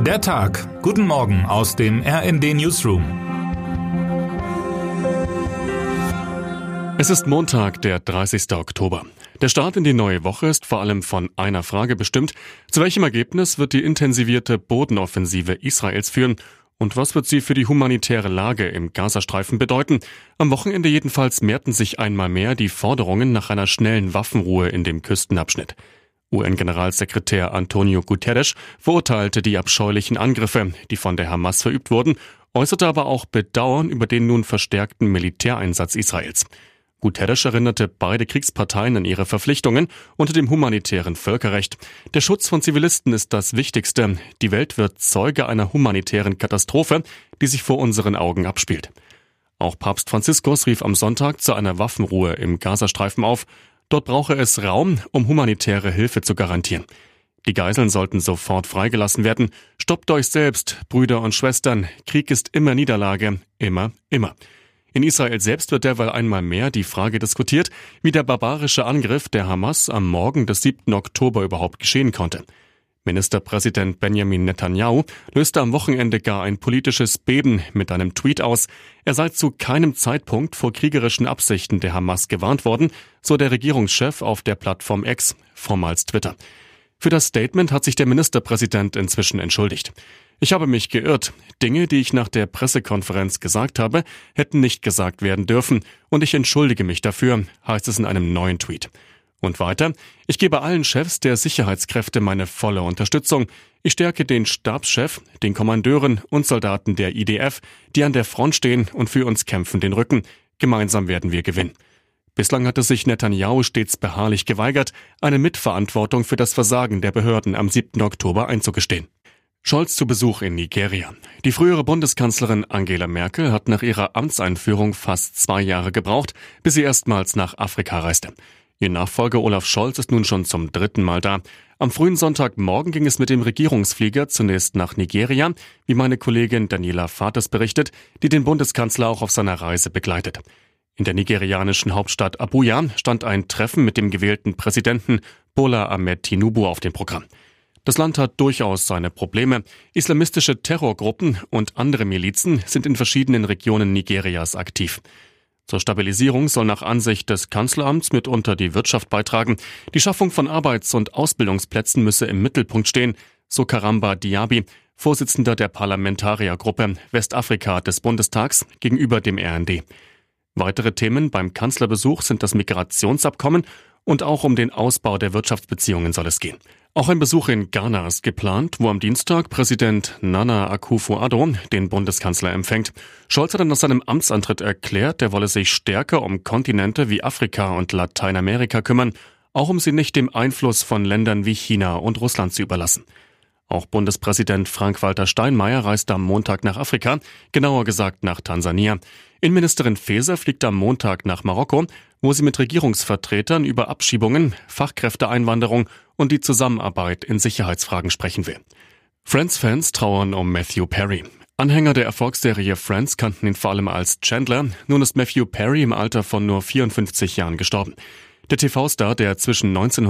Der Tag. Guten Morgen aus dem RND Newsroom. Es ist Montag, der 30. Oktober. Der Start in die neue Woche ist vor allem von einer Frage bestimmt. Zu welchem Ergebnis wird die intensivierte Bodenoffensive Israels führen? Und was wird sie für die humanitäre Lage im Gazastreifen bedeuten? Am Wochenende jedenfalls mehrten sich einmal mehr die Forderungen nach einer schnellen Waffenruhe in dem Küstenabschnitt. UN-Generalsekretär Antonio Guterres verurteilte die abscheulichen Angriffe, die von der Hamas verübt wurden, äußerte aber auch Bedauern über den nun verstärkten Militäreinsatz Israels. Guterres erinnerte beide Kriegsparteien an ihre Verpflichtungen unter dem humanitären Völkerrecht. Der Schutz von Zivilisten ist das Wichtigste. Die Welt wird Zeuge einer humanitären Katastrophe, die sich vor unseren Augen abspielt. Auch Papst Franziskus rief am Sonntag zu einer Waffenruhe im Gazastreifen auf. Dort brauche es Raum, um humanitäre Hilfe zu garantieren. Die Geiseln sollten sofort freigelassen werden. Stoppt euch selbst, Brüder und Schwestern. Krieg ist immer Niederlage. Immer, immer. In Israel selbst wird derweil einmal mehr die Frage diskutiert, wie der barbarische Angriff der Hamas am Morgen des 7. Oktober überhaupt geschehen konnte. Ministerpräsident Benjamin Netanyahu löste am Wochenende gar ein politisches Beben mit einem Tweet aus. Er sei zu keinem Zeitpunkt vor kriegerischen Absichten der Hamas gewarnt worden, so der Regierungschef auf der Plattform X, vormals Twitter. Für das Statement hat sich der Ministerpräsident inzwischen entschuldigt. Ich habe mich geirrt. Dinge, die ich nach der Pressekonferenz gesagt habe, hätten nicht gesagt werden dürfen und ich entschuldige mich dafür, heißt es in einem neuen Tweet. Und weiter, ich gebe allen Chefs der Sicherheitskräfte meine volle Unterstützung. Ich stärke den Stabschef, den Kommandeuren und Soldaten der IDF, die an der Front stehen und für uns kämpfen, den Rücken. Gemeinsam werden wir gewinnen. Bislang hatte sich Netanyahu stets beharrlich geweigert, eine Mitverantwortung für das Versagen der Behörden am 7. Oktober einzugestehen. Scholz zu Besuch in Nigeria. Die frühere Bundeskanzlerin Angela Merkel hat nach ihrer Amtseinführung fast 2 Jahre gebraucht, bis sie erstmals nach Afrika reiste. Ihr Nachfolger Olaf Scholz ist nun schon zum 3. Mal da. Am frühen Sonntagmorgen ging es mit dem Regierungsflieger zunächst nach Nigeria, wie meine Kollegin Daniela Vaters berichtet, die den Bundeskanzler auch auf seiner Reise begleitet. In der nigerianischen Hauptstadt Abuja stand ein Treffen mit dem gewählten Präsidenten Bola Ahmed Tinubu auf dem Programm. Das Land hat durchaus seine Probleme. Islamistische Terrorgruppen und andere Milizen sind in verschiedenen Regionen Nigerias aktiv. Zur Stabilisierung soll nach Ansicht des Kanzleramts mitunter die Wirtschaft beitragen. Die Schaffung von Arbeits- und Ausbildungsplätzen müsse im Mittelpunkt stehen, so Karamba Diaby, Vorsitzender der Parlamentariergruppe Westafrika des Bundestags gegenüber dem RND. Weitere Themen beim Kanzlerbesuch sind das Migrationsabkommen und auch um den Ausbau der Wirtschaftsbeziehungen soll es gehen. Auch ein Besuch in Ghana ist geplant, wo am Dienstag Präsident Nana Akufo-Addo den Bundeskanzler empfängt. Scholz hat dann nach seinem Amtsantritt erklärt, er wolle sich stärker um Kontinente wie Afrika und Lateinamerika kümmern, auch um sie nicht dem Einfluss von Ländern wie China und Russland zu überlassen. Auch Bundespräsident Frank-Walter Steinmeier reist am Montag nach Afrika, genauer gesagt nach Tansania. Innenministerin Faeser fliegt am Montag nach Marokko, wo sie mit Regierungsvertretern über Abschiebungen, Fachkräfteeinwanderung und die Zusammenarbeit in Sicherheitsfragen sprechen will. Friends-Fans trauern um Matthew Perry. Anhänger der Erfolgsserie Friends kannten ihn vor allem als Chandler. Nun ist Matthew Perry im Alter von nur 54 Jahren gestorben. Der TV-Star, der zwischen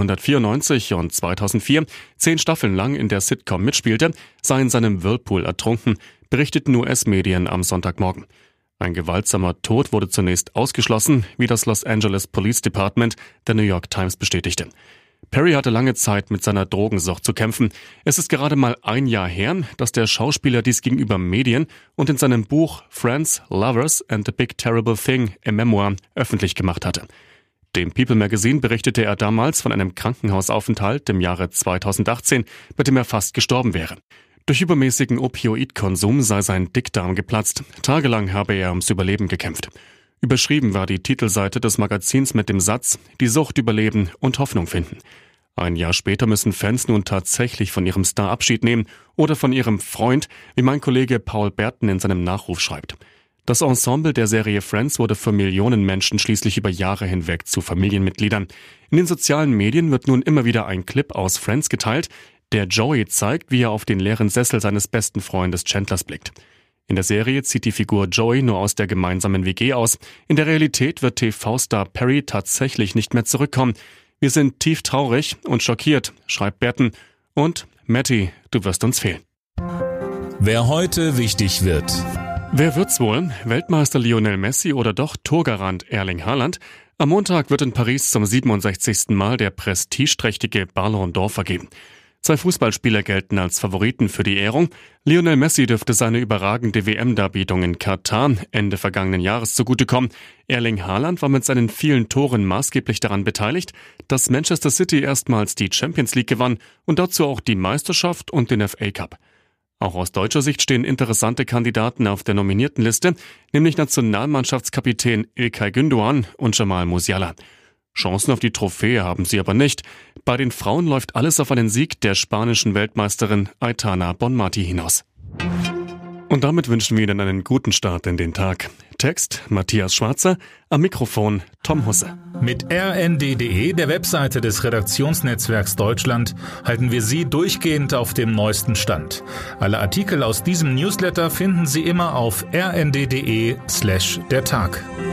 1994 und 2004 10 Staffeln lang in der Sitcom mitspielte, sei in seinem Whirlpool ertrunken, berichteten US-Medien am Sonntagmorgen. Ein gewaltsamer Tod wurde zunächst ausgeschlossen, wie das Los Angeles Police Department der New York Times bestätigte. Perry hatte lange Zeit mit seiner Drogensucht zu kämpfen. Es ist gerade mal 1 Jahr her, dass der Schauspieler dies gegenüber Medien und in seinem Buch Friends, Lovers and the Big Terrible Thing, a Memoir, öffentlich gemacht hatte. Dem People Magazine berichtete er damals von einem Krankenhausaufenthalt im Jahre 2018, bei dem er fast gestorben wäre. Durch übermäßigen Opioidkonsum sei sein Dickdarm geplatzt. Tagelang habe er ums Überleben gekämpft. Überschrieben war die Titelseite des Magazins mit dem Satz: Die Sucht überleben und Hoffnung finden. 1 Jahr später müssen Fans nun tatsächlich von ihrem Star Abschied nehmen oder von ihrem Freund, wie mein Kollege Paul Berten in seinem Nachruf schreibt. Das Ensemble der Serie Friends wurde für Millionen Menschen schließlich über Jahre hinweg zu Familienmitgliedern. In den sozialen Medien wird nun immer wieder ein Clip aus Friends geteilt, der Joey zeigt, wie er auf den leeren Sessel seines besten Freundes Chandlers blickt. In der Serie zieht die Figur Joey nur aus der gemeinsamen WG aus. In der Realität wird TV-Star Perry tatsächlich nicht mehr zurückkommen. Wir sind tief traurig und schockiert, schreibt Berten. Und Matty, du wirst uns fehlen. Wer heute wichtig wird. Wer wird's wohl? Weltmeister Lionel Messi oder doch Torgarant Erling Haaland? Am Montag wird in Paris zum 67. Mal der prestigeträchtige Ballon d'Or vergeben. 2 Fußballspieler gelten als Favoriten für die Ehrung. Lionel Messi dürfte seine überragende WM-Darbietung in Katar Ende vergangenen Jahres zugutekommen. Erling Haaland war mit seinen vielen Toren maßgeblich daran beteiligt, dass Manchester City erstmals die Champions League gewann und dazu auch die Meisterschaft und den FA Cup. Auch aus deutscher Sicht stehen interessante Kandidaten auf der nominierten Liste, nämlich Nationalmannschaftskapitän İlkay Gündoğan und Jamal Musiala. Chancen auf die Trophäe haben sie aber nicht. Bei den Frauen läuft alles auf einen Sieg der spanischen Weltmeisterin Aitana Bonmati hinaus. Und damit wünschen wir Ihnen einen guten Start in den Tag. Text Matthias Schwarzer, am Mikrofon Tom Husse. Mit rnd.de, der Webseite des Redaktionsnetzwerks Deutschland, halten wir Sie durchgehend auf dem neuesten Stand. Alle Artikel aus diesem Newsletter finden Sie immer auf rnd.de/der Tag.